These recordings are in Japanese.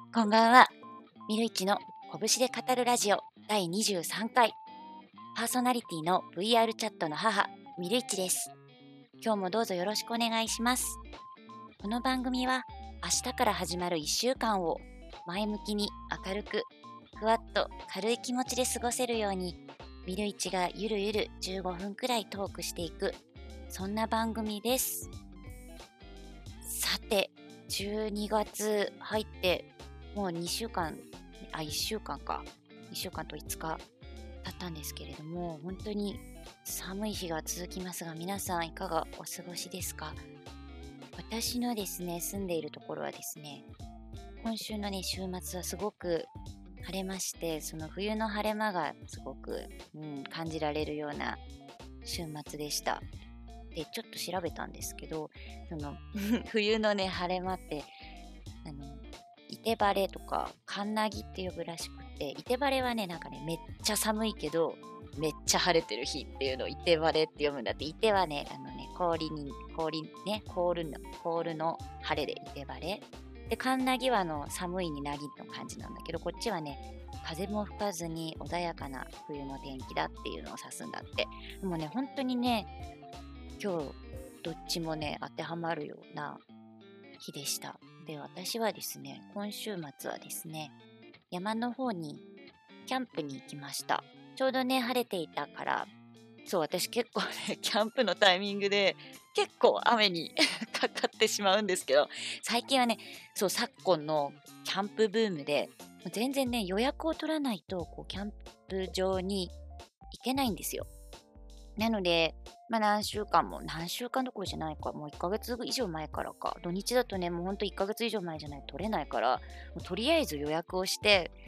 こんばんは。ミルイチの拳で語るラジオ第23回。パーソナリティの VR チャットの母、ミルイチです。今日もどうぞよろしくお願いします。この番組は明日から始まる1週間を前向きに明るく、ふわっと軽い気持ちで過ごせるように、ミルイチがゆるゆる15分くらいトークしていく、そんな番組です。さて、12月入ってもう2週間、1週間か。1週間と5日経ったんですけれども、本当に寒い日が続きますが、皆さんいかがお過ごしですか？私のですね、住んでいるところはですね、今週のね、週末はすごく晴れまして、その冬の晴れ間がすごく、感じられるような週末でした。で、ちょっと調べたんですけど、その冬のね、晴れ間って、いて晴れとか、カンナギって呼ぶらしくて、いて晴れはね、なんかね、めっちゃ寒いけど、めっちゃ晴れてる日っていうのをいて晴れって読むんだって。いてはね、氷ね、凍るの晴れでいて晴れ。で、カンナギは寒いになぎの感じなんだけど、こっちはね、風も吹かずに穏やかな冬の天気だっていうのを指すんだって。でもね、本当にね、今日、どっちもね、当てはまるような日でした。で、私はですね、今週末はですね、山の方にキャンプに行きました。ちょうどね、晴れていたから、そう、私結構ね、キャンプのタイミングで結構雨にかかってしまうんですけど、最近はね、そう、昨今のキャンプブームで、全然ね、予約を取らないと、キャンプ場に行けないんですよ。なので、何週間どころじゃないか、もう1ヶ月以上前からか。土日だとね、もうほんと1ヶ月以上前じゃないと取れないから、もうとりあえず予約をして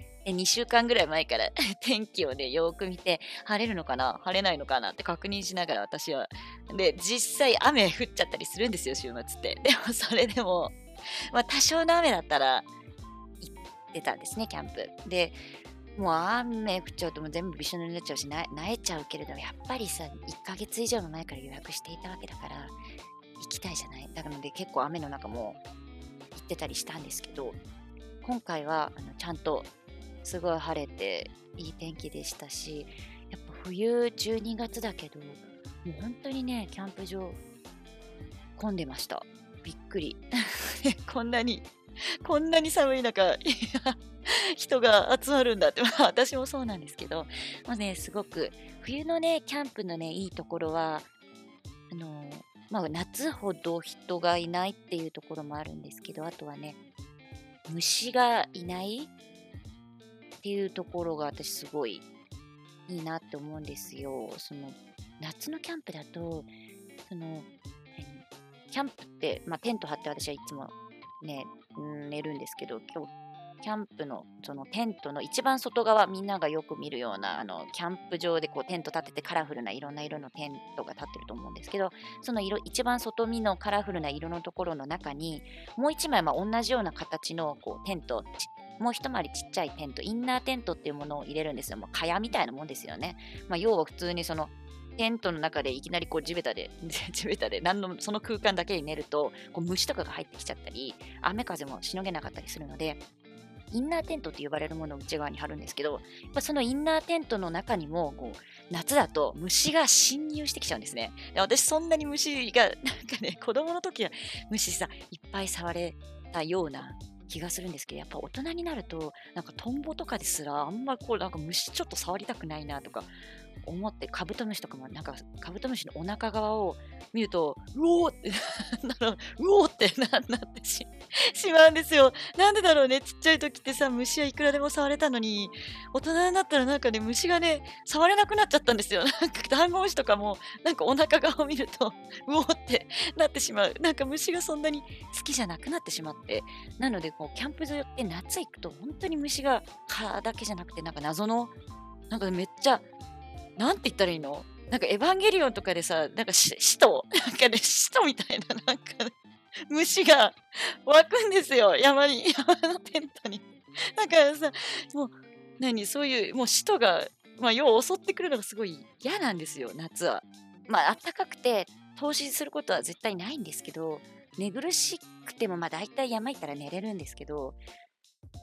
、2週間ぐらい前から天気をね、よーく見て、晴れるのかな晴れないのかなって確認しながら私は。で、実際雨降っちゃったりするんですよ、週末って。でもそれでも、多少の雨だったら行ってたんですね、キャンプ。で、もう雨降っちゃうともう全部びしょ濡れになっちゃうし、なえちゃうけれども、やっぱりさ、1ヶ月以上も前から予約していたわけだから、行きたいじゃない。だからで結構雨の中も行ってたりしたんですけど、今回はちゃんとすごい晴れていい天気でしたし、やっぱ冬12月だけど、もう本当にね、キャンプ場混んでました。びっくり。こんなに寒い中、人が集まるんだって、私もそうなんですけど、すごく、冬のね、キャンプのね、いいところは、夏ほど人がいないっていうところもあるんですけど、あとはね、虫がいないっていうところが私すごいいいなって思うんですよ。夏のキャンプだと、その、キャンプって、テント張って私はいつもね、寝るんですけど、今日キャンプのそのテントの一番外側、みんながよく見るようなキャンプ場でテント立ててカラフルないろんな色のテントが立ってると思うんですけど、その一番外見のカラフルな色のところの中にもう一枚同じような形のテント、もう一回りちっちゃいテント、インナーテントっていうものを入れるんですよ。もう蚊帳みたいなもんですよね。要は普通にそのテントの中でいきなり地べたでその空間だけに寝ると虫とかが入ってきちゃったり、雨風もしのげなかったりするので、インナーテントって呼ばれるものを内側に貼るんですけど、やっぱそのインナーテントの中にも夏だと虫が侵入してきちゃうんですね。で、私そんなに虫が子供の時は虫さいっぱい触れたような気がするんですけど、やっぱ大人になるとトンボとかですらあんま虫ちょっと触りたくないなとか思って、カブトムシとかもカブトムシのお腹側を見るとうおーってうおーってなってしまうんですよ。なんでだろうね。ちっちゃい時ってさ、虫はいくらでも触れたのに、大人になったら虫がね、触れなくなっちゃったんですよ。ダンゴムシとかも、お腹側を見ると、うおーってなってしまう。虫がそんなに好きじゃなくなってしまって。なので、キャンプ場って夏行くと、本当に虫が蚊だけじゃなくて、謎の、めっちゃ、なんて言ったらいいの？エヴァンゲリオンとかでさ、使徒使徒みたいな、虫が湧くんですよ、山のテントに。だからさ、もう、そういう、もう使徒が、要は襲ってくるのがすごい嫌なんですよ、夏は。暖かくて、投資することは絶対ないんですけど、寝苦しくても、大体山行ったら寝れるんですけど、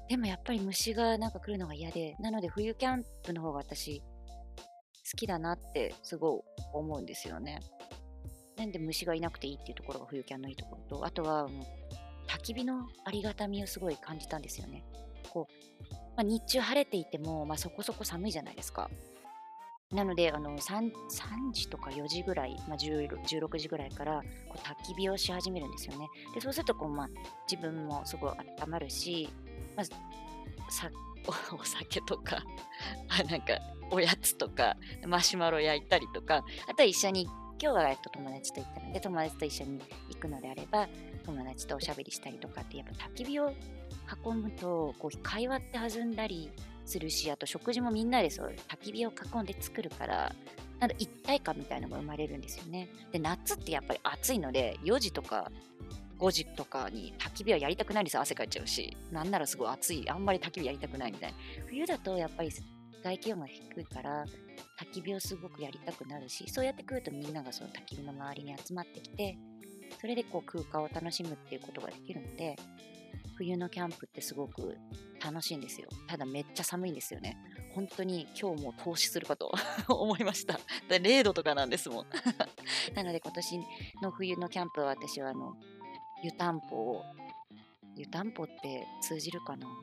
でもやっぱり虫がなんか来るのが嫌で、なので冬キャンプの方が私好きだなってすごい思うんですよね。なんで虫がいなくていいっていうところが冬キャンのいいところと、あとは焚き火のありがたみをすごい感じたんですよね。こう、日中晴れていても、そこそこ寒いじゃないですか。なので、3時とか4時ぐらい、16時ぐらいからこう焚き火をし始めるんですよね。で、そうすると自分もすごい温まるし、まずさお酒とかなんかおやつとかマシュマロ焼いたりとか、あとは一緒に今日は友達と行ったので友達と一緒に行くのであれば友達とおしゃべりしたりとかって、やっぱ焚き火を囲むとこう会話って弾んだりするし、あと食事もみんなでそう焚き火を囲んで作るから、なんか一体感みたいなのが生まれるんですよね。で、夏ってやっぱり暑いので4時とか5時とかに焚き火はやりたくないんですよ。汗かいちゃうし。なんならすごい暑い。あんまり焚き火やりたくないみたいな。冬だとやっぱり外気温が低いから焚き火をすごくやりたくなるし、そうやってくるとみんながその焚き火の周りに集まってきて、それでこう空間を楽しむっていうことができるので、冬のキャンプってすごく楽しいんですよ。ただめっちゃ寒いんですよね。本当に今日も投資するかと思いました。0度とかなんですもん。なので今年の冬のキャンプは私は湯たんぽって通じるかな。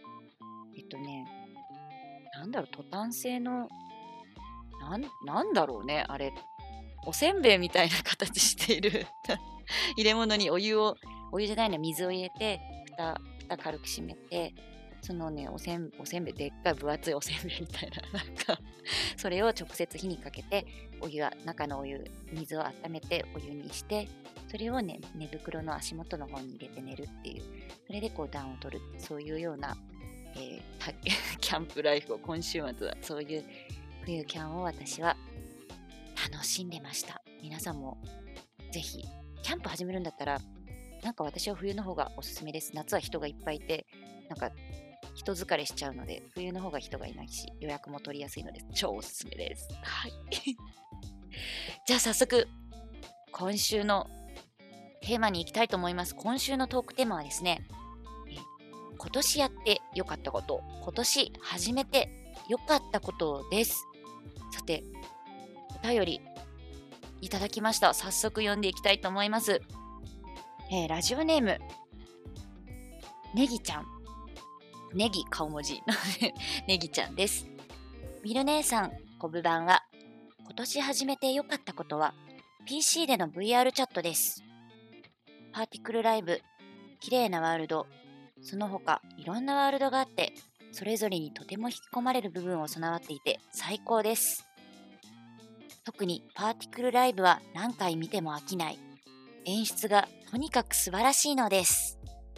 なんだろう、トタン製の、なんだろうね、あれ。おせんべいみたいな形している入れ物にお湯じゃないの、水を入れて、蓋軽く閉めて、そのね、おせんべい、でっかい分厚いおせんべいみたいな、それを直接火にかけて、中の水を温めてお湯にして、それをね、寝袋の足元の方に入れて寝るっていう、それでこう暖を取るって、そういうような、キャンプライフを今週末は、そういう冬キャンを私は楽しんでました。皆さんもぜひ、キャンプ始めるんだったら、なんか私は冬の方がおすすめです。夏は人がいっぱいいて、なんか人疲れしちゃうので、冬の方が人がいないし、予約も取りやすいので、超おすすめです。はい。じゃあ早速、今週のテーマに行きたいと思います。今週のトークテーマはですね、今年やってよかったこと、今年始めてよかったことです。さて、お便りいただきました。早速読んでいきたいと思います。ラジオネーム、ネギちゃん。ネギ顔文字。ネギちゃんです。ミル姉さん、こぶばんは。今年始めてよかったことは、PC での VR チャットです。パーティクルライブ、綺麗なワールド、その他いろんなワールドがあって、それぞれにとても引き込まれる部分を備わっていて最高です。特にパーティクルライブは何回見ても飽きない。演出がとにかく素晴らしいのです。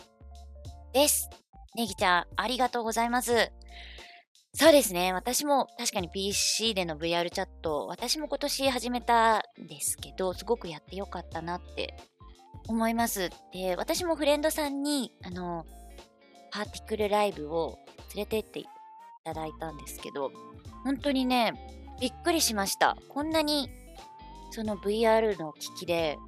ネギちゃん、ありがとうございます。そうですね。私も確かに PC での VR チャット、私も今年始めたんですけど、すごくやってよかったなって思います。で、私もフレンドさんに、パーティクルライブを連れてっていただいたんですけど、本当にね、びっくりしました。こんなに、その VR の機器で、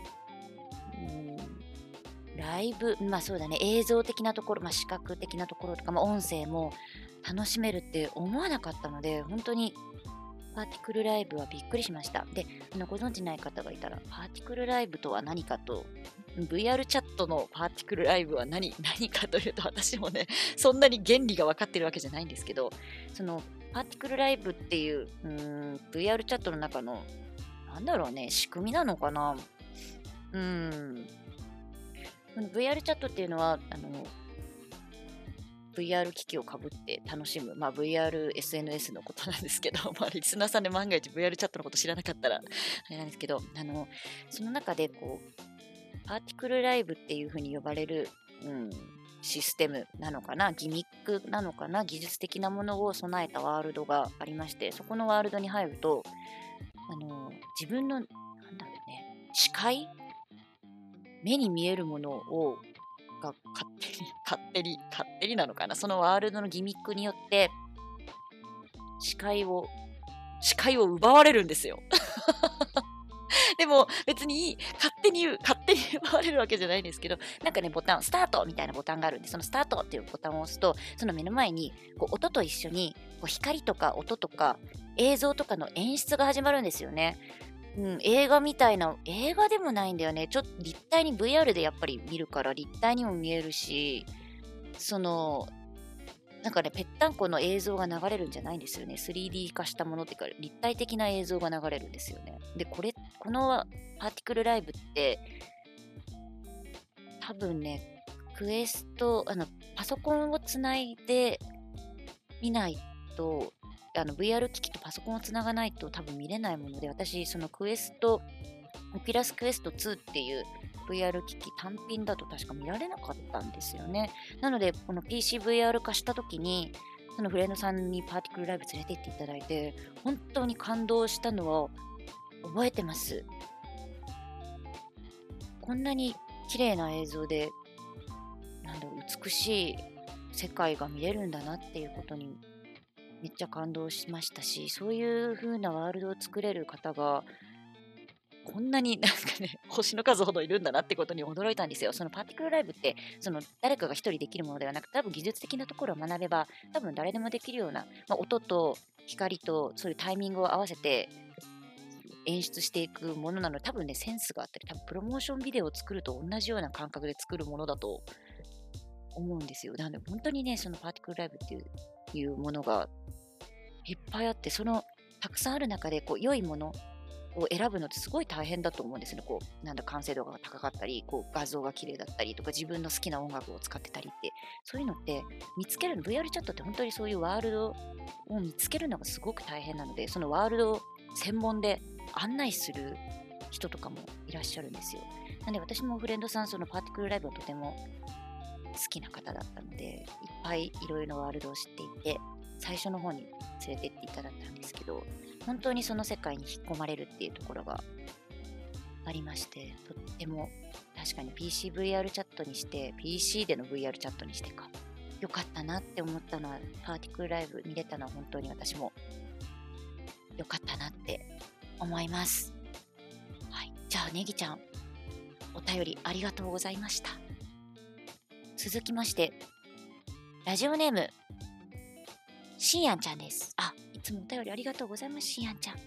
ライブ、そうだね、映像的なところ、視覚的なところとか、音声も楽しめるって思わなかったので、本当にパーティクルライブはびっくりしました。で、ご存知ない方がいたら、パーティクルライブとは何かと、VR チャットのパーティクルライブは何かというと、私もね、そんなに原理が分かってるわけじゃないんですけど、その、パーティクルライブっていう、VR チャットの中の、仕組みなのかな。VR チャットっていうのは、VR 機器をかぶって楽しむ、VR SNS のことなんですけど、リスナーさんで万が一 VR チャットのこと知らなかったら、あれなんですけど、その中で、パーティクルライブっていう風に呼ばれる、システムなのかな、ギミックなのかな、技術的なものを備えたワールドがありまして、そこのワールドに入ると、自分の、視界目に見えるものが勝手になのかな、そのワールドのギミックによって視界を奪われるんですよ。 でも別に勝手に回れるわけじゃないんですけど、なんかね、ボタン、スタートみたいなボタンがあるんで、そのスタートっていうボタンを押すと、その目の前にこう音と一緒にこう光とか音とか映像とかの演出が始まるんですよね。映画みたいな、映画でもないんだよね。ちょっと立体に VR でやっぱり見るから立体にも見えるし、その、なんかね、ぺったんこの映像が流れるんじゃないんですよね。3D 化したものっていうか、立体的な映像が流れるんですよね。で、このパーティクルライブって、多分ね、クエスト、パソコンをつないで見ないと、VR 機器とパソコンをつながないと多分見れないもので、私、そのクエスト、オキュラスクエスト2っていう VR 機器単品だと確か見られなかったんですよね。なので、この PCVR 化した時に、そのフレンドさんにパーティクルライブ連れて行っていただいて、本当に感動したのを覚えてます。こんなに綺麗な映像で、美しい世界が見れるんだなっていうことにめっちゃ感動しましたし、そういう風なワールドを作れる方が、こんなになんかね、星の数ほどいるんだなってことに驚いたんですよ。そのパーティクルライブって、誰かが一人できるものではなく、多分技術的なところを学べば、多分誰でもできるような、音と光とそういうタイミングを合わせて演出していくものなので、多分ね、センスがあったり、多分プロモーションビデオを作ると同じような感覚で作るものだと思うんですよ。なので本当にね、そのパーティクルライブっていうものがいっぱいあって、たくさんある中で良いものを選ぶのってすごい大変だと思うんですよね。完成度が高かったり、画像が綺麗だったりとか、自分の好きな音楽を使ってたりって、そういうのって見つけるの、VR チャットって本当にそういうワールドを見つけるのがすごく大変なので、そのワールド専門で案内する人とかもいらっしゃるんですよ。なので私もフレンドさん、そのパーティクルライブはとても好きな方だったので、いっぱいいろいろなワールドを知っていて、最初の方に連れてっていただいたんですけど、本当にその世界に引っ込まれるっていうところがありまして、とっても確かに PCVR チャットにして、PC での VR チャットにしてか、よかったなって思ったのは、パーティクルライブ見れたのは本当に私もよかったなって思います。はい、じゃあネギちゃん、お便りありがとうございました。続きまして、ラジオネームしんやんちゃんです。いつもお便りありがとうございます、しんやんちゃん。はい。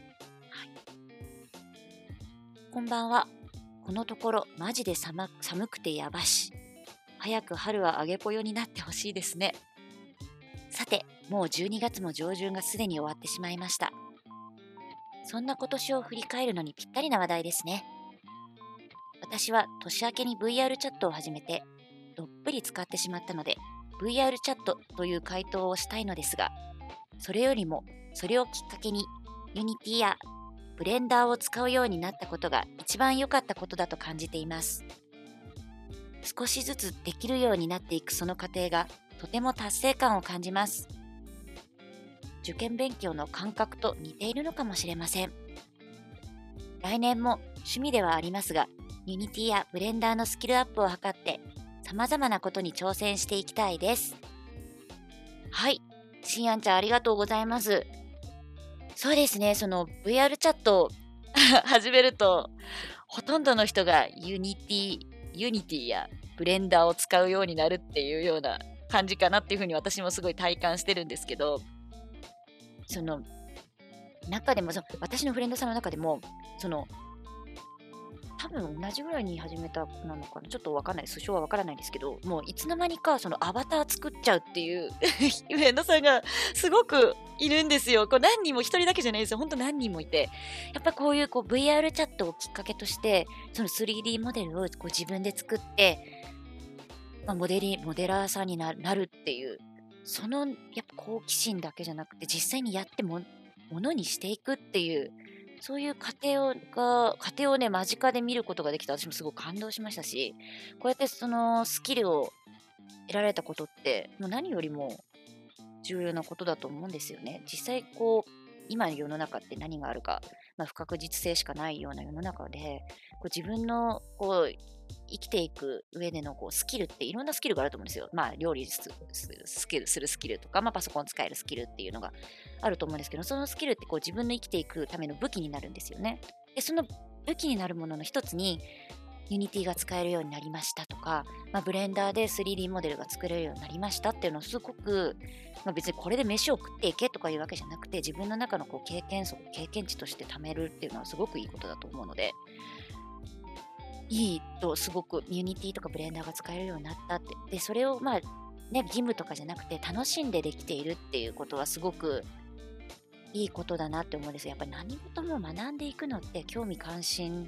こんばんは。このところ、マジで寒くてやばし。早く春はあげぽよになってほしいですね。さて、もう12月も上旬がすでに終わってしまいました。そんな今年を振り返るのにぴったりな話題ですね。私は年明けに VR チャットを始めて、どっぷり使ってしまったので、VR チャットという回答をしたいのですが、それよりもそれをきっかけに Unity やブレンダーを使うようになったことが一番良かったことだと感じています。少しずつできるようになっていくその過程がとても達成感を感じます。受験勉強の感覚と似ているのかもしれません。来年も趣味ではありますが、Unity やブレンダーのスキルアップを図って様々なことに挑戦していきたいです。はい。しんやんちゃんありがとうございます。そうですね、その VR チャットを始めると、ほとんどの人がUnity やブレンダーを使うようになるっていうような感じかなっていうふうに私もすごい体感してるんですけど、その中でも私のフレンドさんの中でも、多分同じぐらいに始めた子なのかな、ちょっとわかんない、素性はわからないんですけど、もういつの間にかそのアバター作っちゃうっていうフレンドさんがすごくいるんですよ。何人も、一人だけじゃないですよ。本当何人もいて、やっぱこういうVR チャットをきっかけとして、その 3D モデルを自分で作って、モデラーさんになるっていう、やっぱ好奇心だけじゃなくて、実際にやってものにしていくっていう、そういう過程をね、間近で見ることができた私もすごく感動しましたし、こうやってそのスキルを得られたことって、もう何よりも重要なことだと思うんですよね。実際今の世の中って何があるか、不確実性しかないような世の中で、自分の生きていく上でのスキルっていろんなスキルがあると思うんですよ。料理するスキルとか、パソコン使えるスキルっていうのがあると思うんですけど、そのスキルって自分の生きていくための武器になるんですよね。で、その武武器になるものの一つにユニティが使えるようになりましたとか、ブレンダーで 3D モデルが作れるようになりましたっていうのをすごく、別にこれで飯を食っていけとかいうわけじゃなくて、自分の中の経験値として貯めるっていうのはすごくいいことだと思うので、いいとすごくユニティとかブレンダーが使えるようになったって。で、それを義務とかじゃなくて楽しんでできているっていうことはすごくいいことだなって思うんですよ。やっぱり何事も学んでいくのって興味関心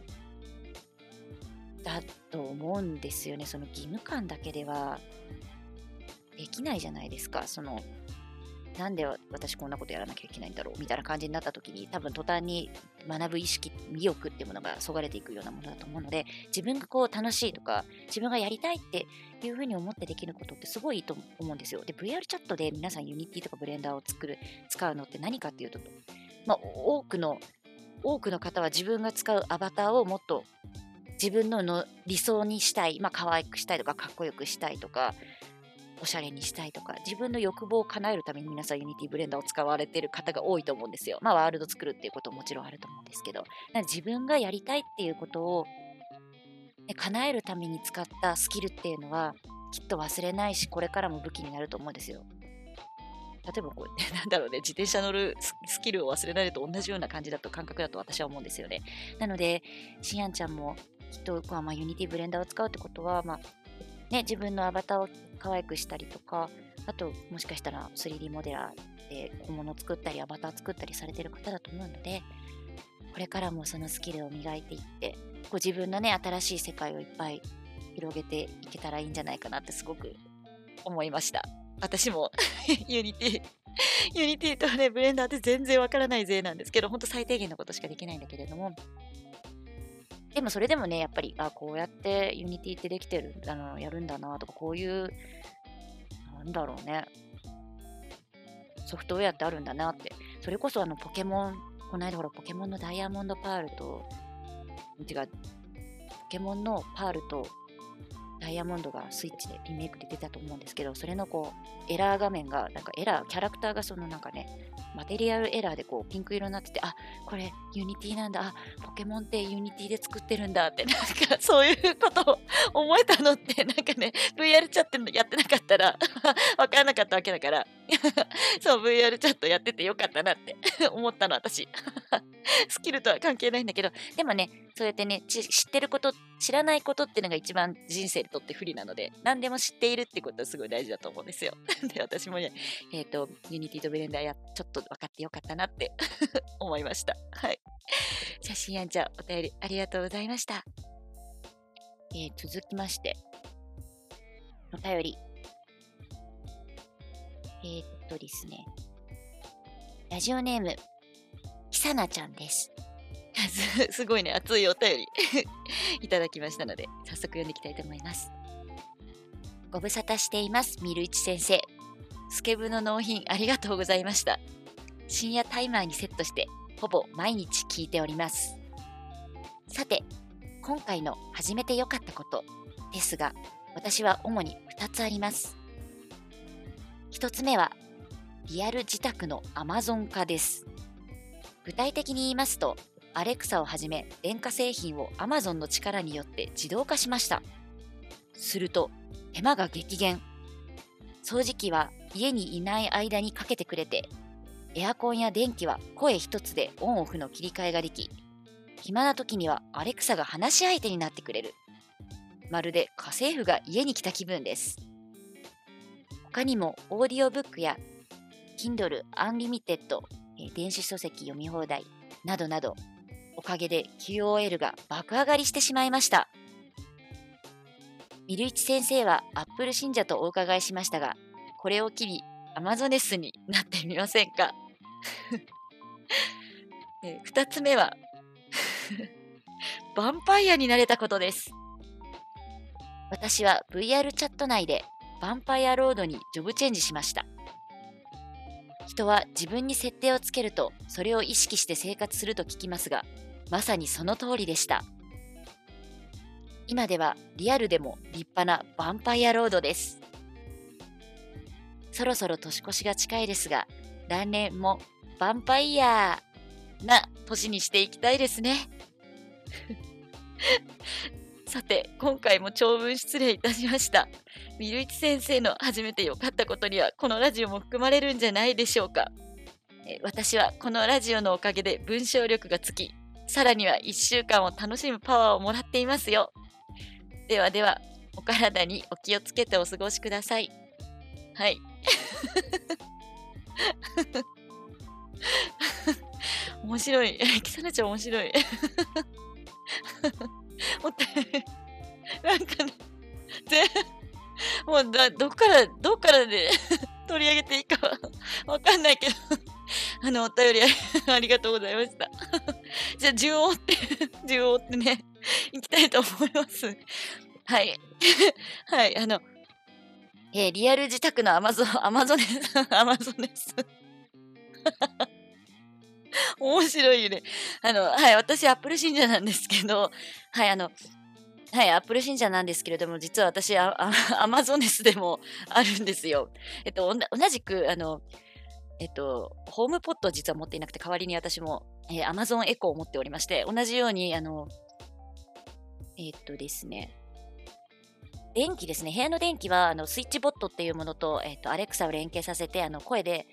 だと思うんですよね。その義務感だけではできないじゃないですか。なんで私こんなことやらなきゃいけないんだろうみたいな感じになった時に、多分途端に学ぶ意識、意欲っていうものがそがれていくようなものだと思うので、自分が楽しいとか自分がやりたいっていうふうに思ってできることってすごいいいと思うんですよ。で、VR チャットで皆さんユニティとかブレンダーを使うのって何かっていうと、多くの方は自分が使うアバターをもっと自分の理想にしたい、可愛くしたいとかかっこよくしたいとかおしゃれにしたいとか、自分の欲望を叶えるために皆さんユニティブレンダーを使われている方が多いと思うんですよ。ワールド作るっていうことももちろんあると思うんですけど、自分がやりたいっていうことを、叶えるために使ったスキルっていうのはきっと忘れないし、これからも武器になると思うんですよ。例えば自転車乗るスキルを忘れないと同じような感覚だと私は思うんですよね。なので、しんやんちゃんもきっと、ユニティブレンダーを使うってことは、自分のアバターを可愛くしたりとか、あともしかしたら 3D モデラーで小物を作ったりアバター作ったりされている方だと思うので、これからもそのスキルを磨いていって、自分の新しい世界をいっぱい広げていけたらいいんじゃないかなってすごく思いました。私もユニティとね、ブレンダーって全然わからない勢なんですけど、本当最低限のことしかできないんだけれども、でもそれでもね、やっぱりこうやってユニティってできてるやるんだなとか、こういうソフトウェアってあるんだなって。それこそポケモン、この間ポケモンのダイヤモンドパールとポケモンのパールとダイヤモンドがスイッチでリメイクで出たと思うんですけど、それのエラー画面がキャラクターがマテリアルエラーでピンク色になってて、これユニティなんだ、ポケモンってユニティで作ってるんだって、そういうことを思えたのって、VR チャットやってなかったらわからなかったわけだからそう、VR チャットやっててよかったなって思ったの、私スキルとは関係ないんだけど、でもね、そうやってね、知ってること、知らないことっていうのが一番人生にとって不利なので、何でも知っているってことはすごい大事だと思うんですよ。で、私もね、ユニティとブレンダーちょっと分かってよかったなって思いました。はい。じゃあ、しんやんちゃん、お便りありがとうございました。続きまして、お便り。ですね、ラジオネーム、きさなちゃんです。すごいね、熱いお便りいただきましたので、早速読んでいきたいと思います。ご無沙汰しています、みるいち先生。スケブの納品ありがとうございました。深夜タイマーにセットして、ほぼ毎日聞いております。さて、今回の始めてよかったことですが、私は主に2つあります。1つ目は、リアル自宅の Amazon 化です。具体的に言いますと、アレクサをはじめ電化製品を Amazon の力によって自動化しました。すると、手間が激減。掃除機は家にいない間にかけてくれて、エアコンや電気は声一つでオンオフの切り替えができ、暇な時にはアレクサが話し相手になってくれる。まるで家政婦が家に来た気分です。他にもオーディオブックや Kindle Unlimited、電子書籍読み放題などなど、おかげで QOL が爆上がりしてしまいました。みるいち先生は Apple 信者とお伺いしましたが、これを機に Amazones になってみませんか2つ目はヴァンパイアになれたことです。私は VR チャット内でヴァンパイアロードにジョブチェンジしました。人は自分に設定をつけるとそれを意識して生活すると聞きますが、まさにその通りでした。今ではリアルでも立派なヴァンパイアロードです。そろそろ年越しが近いですが、来年もヴァンパイアな年にしていきたいですね。 さて、今回も長文失礼いたしました。みるいち先生の初めて良かったことには、このラジオも含まれるんじゃないでしょうか。私はこのラジオのおかげで文章力がつき、さらには1週間を楽しむパワーをもらっていますよ。ではでは、お体にお気をつけてお過ごしください。はい。面白い。キサナちゃん面白い。なんかね、もうどっからで取り上げていいかわかんないけど、お便りありがとうございました。じゃあ、順を追ってね、行きたいと思います。はい。はい、リアル自宅のアマゾネス。面白いよね。はい、私、アップル信者なんですけど、はい、アップル信者なんですけれども、実は私、アマゾネスでもあるんですよ。同じく、ホームポットを実は持っていなくて、代わりに私も、アマゾンエコーを持っておりまして、同じように、ですね、電気ですね。部屋の電気は、スイッチボットっていうものと、アレクサを連携させて、声で、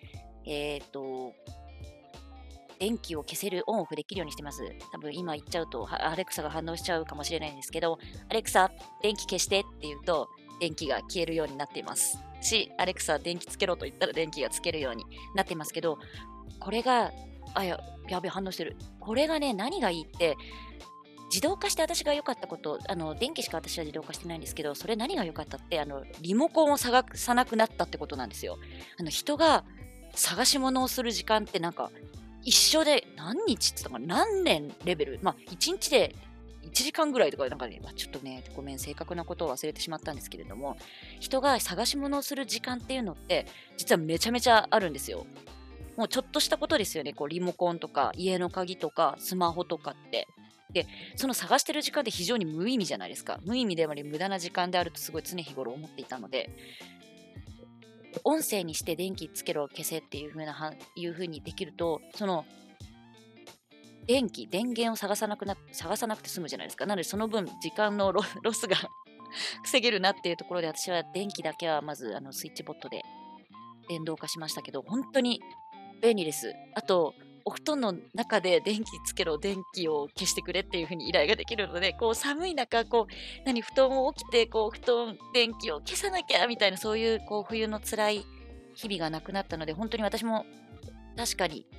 電気を消せるオンオフできるようにしてます。多分今言っちゃうと、アレクサが反応しちゃうかもしれないんですけど、アレクサ、電気消してって言うと、電気が消えるようになっていますし、アレクサ、電気つけろと言ったら電気がつけるようになってますけど、これが、やべ、反応してる。これがね、何がいいって、自動化して私が良かったこと、電気しか私は自動化してないんですけど、それ何が良かったって、リモコンを探さなくなったってことなんですよ。人が探し物をする時間ってなんか、一緒で何日って言ったか何年レベル、まあ、1日で1時間ぐらいとか、なんかね、ちょっとね、ごめん、正確なことを忘れてしまったんですけれども、人が探し物をする時間っていうのって、実はめちゃめちゃあるんですよ。もうちょっとしたことですよね、こうリモコンとか、家の鍵とか、スマホとかって。で、その探してる時間って非常に無意味じゃないですか。無意味であり無駄な時間であるとすごい常日頃思っていたので、音声にして電気つけろ消せっていう風にできると、その電源を探さなくて済むじゃないですか。なのでその分時間のロスが防げるなっていうところで、私は電気だけはまずスイッチボットで電動化しましたけど、本当に便利です。あと、お布団の中で電気つけろ、電気を消してくれっていう風に依頼ができるので、こう寒い中、布団を起きて、電気を消さなきゃみたいな、そういう冬の辛い日々がなくなったので、本当に私も確かに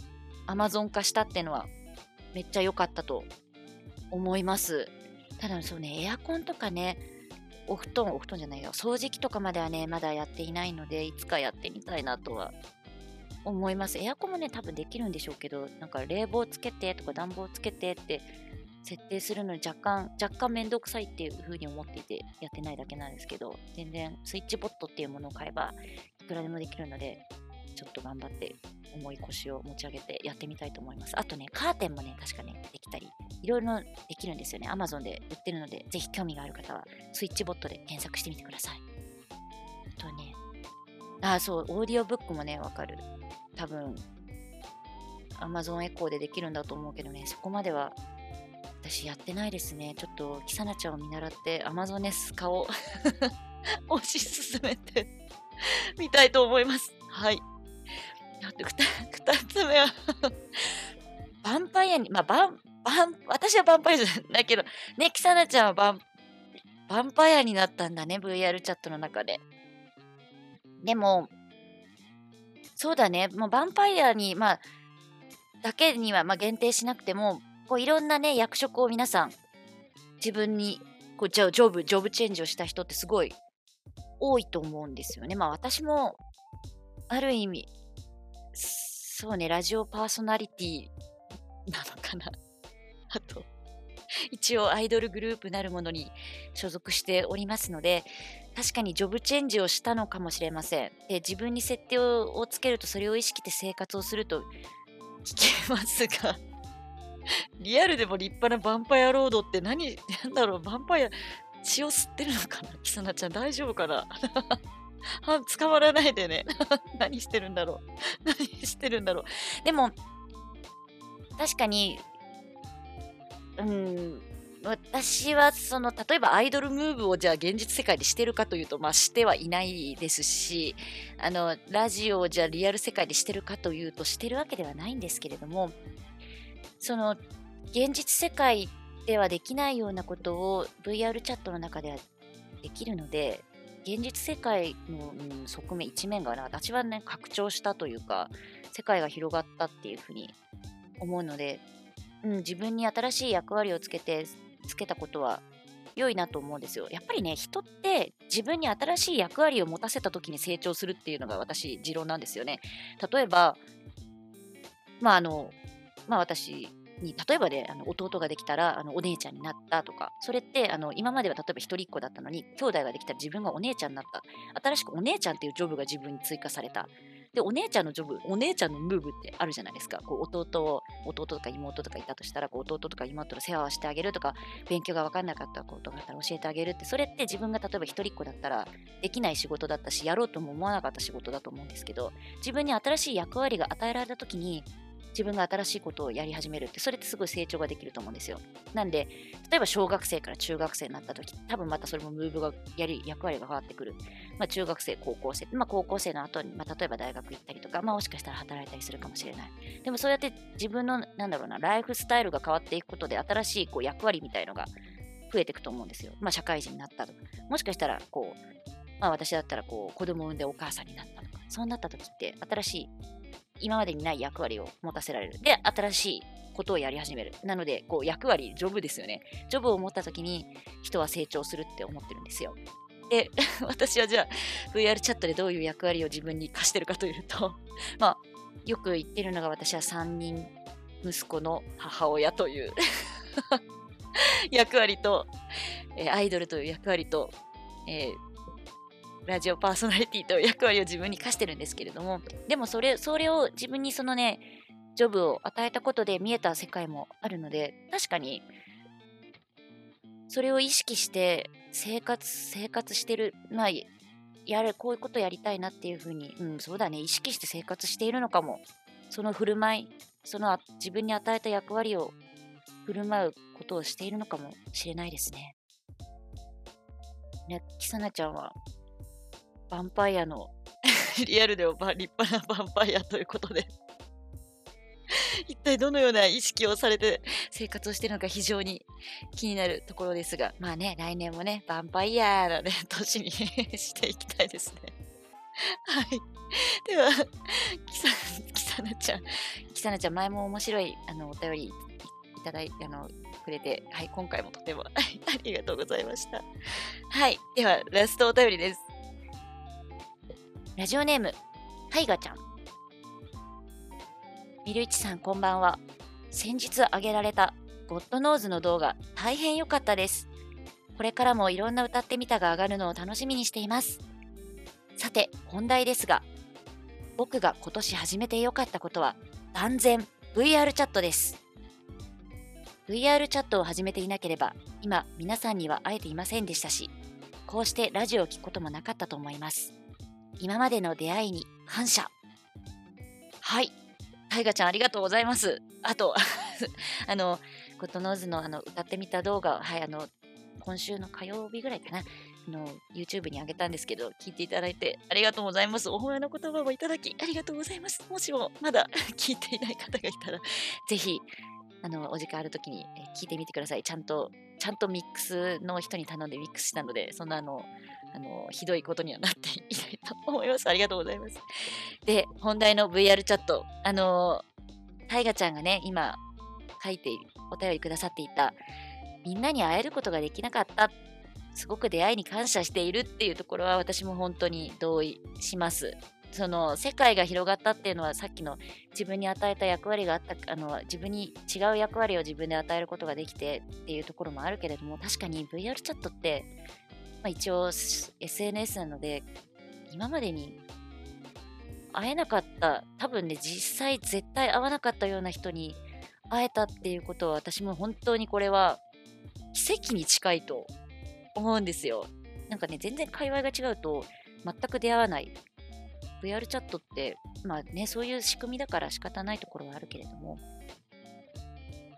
Amazon 化したっていうのはめっちゃ良かったと思います。ただそうね、エアコンとかね、お布団じゃないよ、掃除機とかまではね、まだやっていないので、いつかやってみたいなとは思います。エアコンもね、多分できるんでしょうけど、なんか冷房つけてとか暖房つけてって設定するのに若干めんどくさいっていう風に思っていてやってないだけなんですけど、全然スイッチボットっていうものを買えばいくらでもできるので、ちょっと頑張って重い腰を持ち上げてやってみたいと思います。あとね、カーテンもね、確かね、できたり、いろいろできるんですよね。Amazon で売ってるので、ぜひ興味がある方はスイッチボットで検索してみてください。あとね、そう、オーディオブックもね、わかる。多分 Amazon エコーでできるんだと思うけどね、そこまでは私やってないですね。ちょっとキサナちゃんを見習って Amazon ネス化を推し進めてみたいと思います。はい。あと2つ目はヴァンパイアに、私はヴァンパイアじゃないけど、ね、キサナちゃんはヴァンパイアになったんだね、VR チャットの中で。でも、そうだね、もうヴァンパイアに、だけには限定しなくても、いろんなね、役職を皆さん、自分に、ジョブチェンジをした人ってすごい多いと思うんですよね。私も、ある意味、そうね、ラジオパーソナリティなのかな。あと、一応アイドルグループなるものに所属しておりますので、確かにジョブチェンジをしたのかもしれません。で、自分に設定をつけると、それを意識して生活をすると聞けますが、リアルでも立派なヴァンパイアロードってなんだろう、ヴァンパイア、血を吸ってるのかな、キサナちゃん大丈夫かな捕まらないでね。何してるんだろう。でも、確かに、 私は例えばアイドルムーブをじゃあ現実世界でしてるかというと、してはいないですし、ラジオをじゃあリアル世界でしてるかというとしてるわけではないんですけれども、現実世界ではできないようなことを VR チャットの中ではできるので、現実世界の、側面、一面が私はね、拡張したというか、世界が広がったっていうふうに思うので、自分に新しい役割をつけたことは良いなと思うんですよ。やっぱりね、人って自分に新しい役割を持たせた時に成長するっていうのが私、持論なんですよね。例えば、私に、例えばで、弟ができたら、お姉ちゃんになったとか、それって、今までは例えば一人っ子だったのに、兄弟ができたら自分がお姉ちゃんになった。新しくお姉ちゃんっていうジョブが自分に追加された。で、お姉ちゃんのジョブ、お姉ちゃんのムーブってあるじゃないですか。弟とか妹とかいたとしたら、弟とか妹の世話をしてあげるとか、勉強が分かんなかったことがあったら教えてあげるって、それって自分が例えば一人っ子だったら、できない仕事だったし、やろうとも思わなかった仕事だと思うんですけど、自分に新しい役割が与えられた時に、自分が新しいことをやり始めるって、それってすごい成長ができると思うんですよ。なんで、例えば小学生から中学生になった時、多分またそれもムーブが役割が変わってくる。中学生、高校生、高校生の後に、例えば大学行ったりとか、もしかしたら働いたりするかもしれない。でもそうやって自分の、ライフスタイルが変わっていくことで、新しい役割みたいのが増えていくと思うんですよ。社会人になったとか。もしかしたら、私だったら子供を産んでお母さんになったとか、そうなった時って、新しい今までにない役割を持たせられる。で、新しいことをやり始める。なので、役割、ジョブですよね。ジョブを持った時に人は成長するって思ってるんですよ。で、私はじゃあ VR チャットでどういう役割を自分に課してるかというと、よく言ってるのが私は3人息子の母親という役割と、アイドルという役割と、ラジオパーソナリティという役割を自分に課してるんですけれども、でもそれを自分にジョブを与えたことで見えた世界もあるので、確かにそれを意識して生活してる、こういうことやりたいなっていうふうに、そうだね、意識して生活しているのかも。その振る舞い、自分に与えた役割を振る舞うことをしているのかもしれないですね。ね、キサナちゃんはヴァンパイアのリアルでは立派なヴァンパイアということで一体どのような意識をされて生活をしているのか非常に気になるところですが、来年もね、ヴァンパイアなね、年にしていきたいですね。はい。では、キサナちゃん、前も面白いお便りいただいて、くれて、はい、今回もとてもありがとうございました。はい。では、ラストお便りです。ラジオネーム、タイガちゃん。ミルイチさん、こんばんは。先日上げられたゴッドノーズの動画、大変良かったです。これからもいろんな歌ってみたが上がるのを楽しみにしています。さて、本題ですが、僕が今年始めて良かったことは、断然 VR チャットです。VR チャットを始めていなければ、今皆さんには会えていませんでしたし、こうしてラジオを聞くこともなかったと思います。今までの出会いに感謝。はい。タイガちゃんありがとうございます。あと、ゴッドノーズの歌ってみた動画、はい、今週の火曜日ぐらいかな、YouTube に上げたんですけど、聞いていただいてありがとうございます。お褒めの言葉をいただきありがとうございます。もしもまだ聞いていない方がいたら、ぜひ、お時間あるときに聞いてみてください。ちゃんとミックスの人に頼んでミックスしたので、そんなひどいことにはなっていないと思います。ありがとうございます。で、本題の VR チャット。タイガちゃんがね、今書いてお便りくださっていた、みんなに会えることができなかった。すごく出会いに感謝しているっていうところは私も本当に同意します。世界が広がったっていうのはさっきの自分に与えた役割があった、自分に違う役割を自分で与えることができてっていうところもあるけれども、確かに VR チャットって、一応 SNS なので、今までに会えなかった、多分ね、実際絶対会わなかったような人に会えたっていうことは、私も本当にこれは奇跡に近いと思うんですよ。なんかね、全然界隈が違うと全く出会わない。VR チャットって、そういう仕組みだから仕方ないところはあるけれども、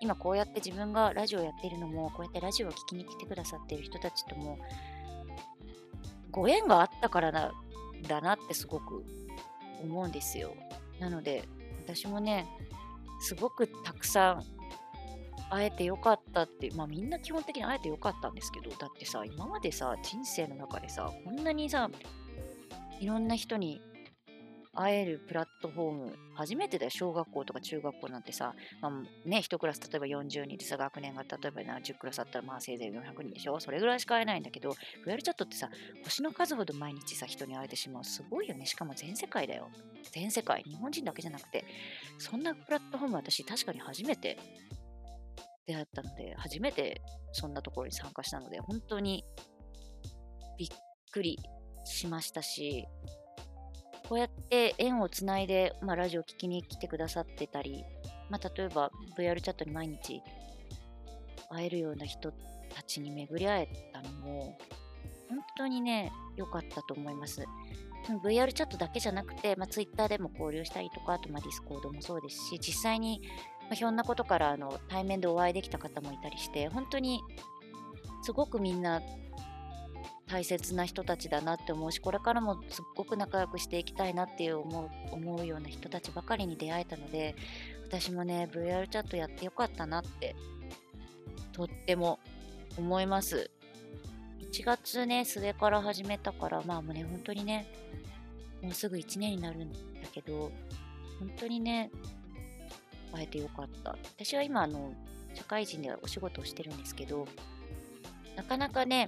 今こうやって自分がラジオやっているのも、こうやってラジオを聞きに来てくださっている人たちともご縁があったからだなってすごく思うんですよ。なので、私もね、すごくたくさん会えてよかったって、みんな基本的に会えてよかったんですけど、だってさ、今までさ、人生の中でさ、こんなにさ、いろんな人に会えるプラットフォーム、初めてだよ。小学校とか中学校なんてさ、一クラス例えば40人でさ、学年が例えば10クラスあったらせいぜい400人でしょ。それぐらいしか会えないんだけど、VR チャットってさ、星の数ほど毎日さ、人に会えてしまう。すごいよね。しかも全世界だよ。全世界。日本人だけじゃなくて、そんなプラットフォーム私確かに初めて出会ったので、初めてそんなところに参加したので、本当にびっくりしましたし、こうやって縁をつないで、ラジオ聞きに来てくださってたり、例えば VR チャットに毎日会えるような人たちに巡り会えたのも、本当にね、良かったと思います。その VR チャットだけじゃなくて、Twitter でも交流したりとか、あとDiscord もそうですし、実際に、ひょんなことから対面でお会いできた方もいたりして、本当にすごくみんな大切な人たちだなって思うし、これからもすっごく仲良くしていきたいなっていう思うような人たちばかりに出会えたので、私もね、VR チャットやってよかったなって、とっても思います。1月ね、末から始めたから、もうね、本当にね、もうすぐ1年になるんだけど、本当にね、会えてよかった。私は今、社会人でお仕事をしてるんですけど、なかなかね、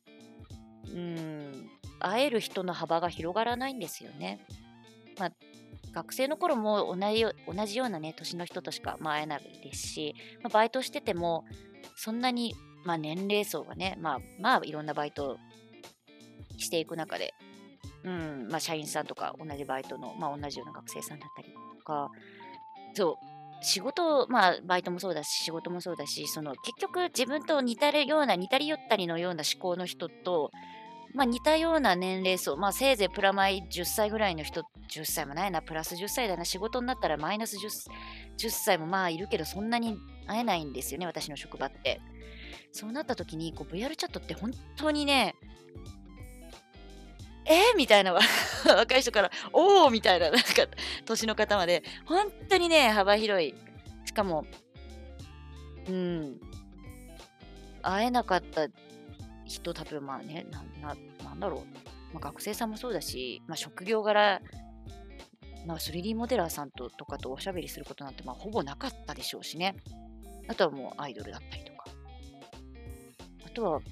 会える人の幅が広がらないんですよね。学生の頃も同じようなね、年の人としか、会えないですし、バイトしてても、そんなに、年齢層がね、いろんなバイトしていく中で、社員さんとか同じバイトの、同じような学生さんだったりとか、そう、仕事、バイトもそうだし、仕事もそうだし、結局自分と似たり寄ったりのような思考の人と、似たような年齢層、せいぜいプラマイ10歳ぐらいの人、10歳もないな、プラス10歳だな、仕事になったらマイナス10歳もいるけど、そんなに会えないんですよね、私の職場って。そうなった時に、VR チャットって本当にね、みたいな若い人から、おーみたいな、年の方まで、本当にね、幅広い。しかも、会えなかった人、例えばなんだろう。学生さんもそうだし、職業柄、3D モデラーさんとかとおしゃべりすることなんて、ほぼなかったでしょうしね。あとはもうアイドルだったりとか。あとは、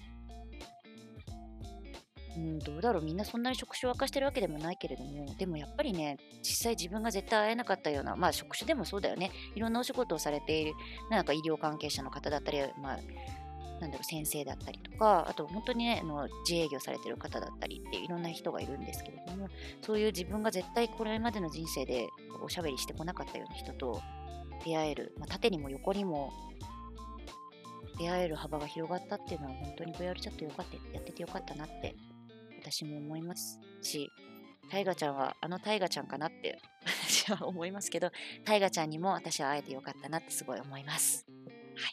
どうだろう、みんなそんなに職種を明かしてるわけでもないけれども、でもやっぱりね、実際自分が絶対会えなかったような、職種でもそうだよね。いろんなお仕事をされている、医療関係者の方だったり、先生だったりとか、あと本当にね、自営業されてる方だったりっていろんな人がいるんですけれども、そういう自分が絶対これまでの人生でおしゃべりしてこなかったような人と出会える、縦にも横にも出会える幅が広がったっていうのは本当に VR チャットやっててよかったなって私も思いますし、タイガちゃんはタイガちゃんかなって私は思いますけど、タイガちゃんにも私は会えてよかったなってすごい思います。はい。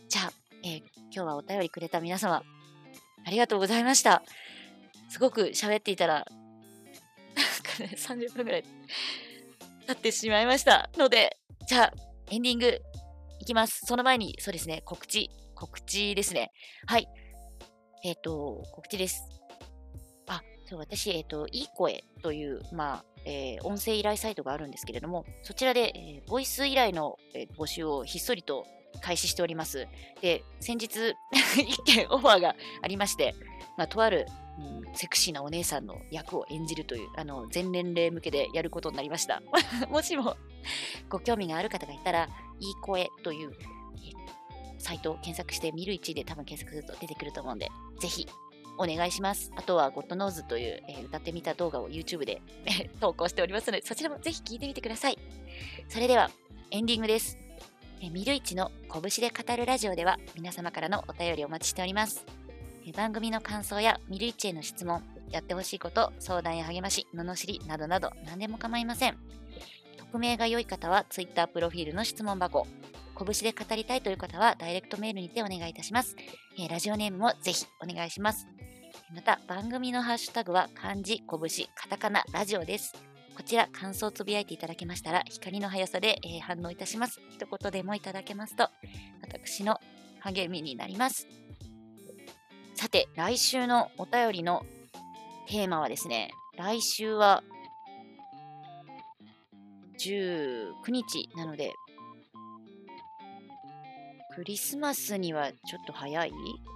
じゃあ、今日はお便りくれた皆様、ありがとうございました。すごく喋っていたら、30分ぐらい経ってしまいましたので、じゃあ、エンディングいきます。その前に、そうですね、告知ですね。はい。告知です。そう、私、いい声という、音声依頼サイトがあるんですけれども、そちらで、ボイス依頼の、募集をひっそりと開始しております。で、先日一件オファーがありまして、とある、セクシーなお姉さんの役を演じるという、全年齢向けでやることになりました。もしもご興味がある方がいたら、いい声という、サイトを検索して見る1位で多分検索すると出てくると思うんで、ぜひお願いします。あとは、ゴッドノーズという、歌ってみた動画を YouTube で投稿しておりますので、そちらもぜひ聞いてみてください。それでは、エンディングです。ミルイチの拳で語るラジオでは、皆様からのお便りをお待ちしております。番組の感想やミルイチへの質問、やってほしいこと、相談や励まし、罵りなどなど何でも構いません。匿名が良い方は Twitter プロフィールの質問箱、 拳で語りたいという方はダイレクトメールにてお願いいたします。ラジオネームもぜひお願いします。また番組のハッシュタグは漢字、拳、カタカナ、ラジオです。こちら感想をつぶやいていただけましたら光の速さで、反応いたします。一言でもいただけますと私の励みになります。さて、来週のお便りのテーマはですね、来週は19日なので、クリスマスにはちょっと早い？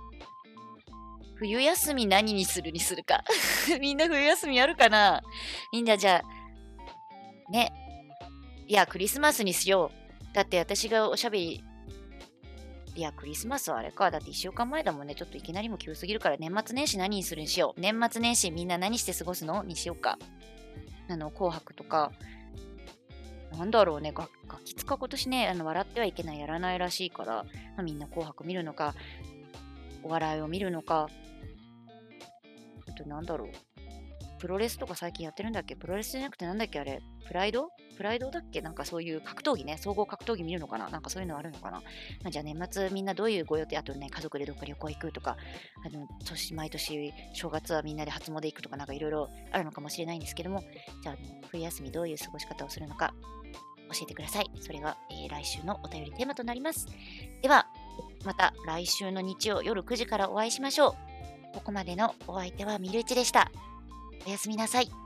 冬休み何にするか。みんな冬休みあるかな？みんなじゃあ、ね。いや、クリスマスにしよう。だって私がおしゃべり、いや、クリスマスはあれか。だって1週間前だもんね。ちょっといきなりも急すぎるから、年末年始何にするにしよう。年末年始みんな何して過ごすのにしようか。紅白とか、なんだろうね、ガキ使今年ね、笑ってはいけないやらないらしいから、みんな紅白見るのか、お笑いを見るのか、あとなんだろう。プロレスとか最近やってるんだっけ？プロレスじゃなくてなんだっけあれ？プライドだっけ？なんかそういう格闘技ね、総合格闘技見るのかな？なんかそういうのあるのかな？じゃあ年末みんなどういうご予定？あとね、家族でどっか旅行行くとか、毎年正月はみんなで初詣行くとかなんかいろいろあるのかもしれないんですけども、じゃあ、冬休みどういう過ごし方をするのか教えてください。それが、来週のお便りテーマとなります。では、また来週の日曜夜9時からお会いしましょう。ここまでのお相手はみるいちでした。おやすみなさい。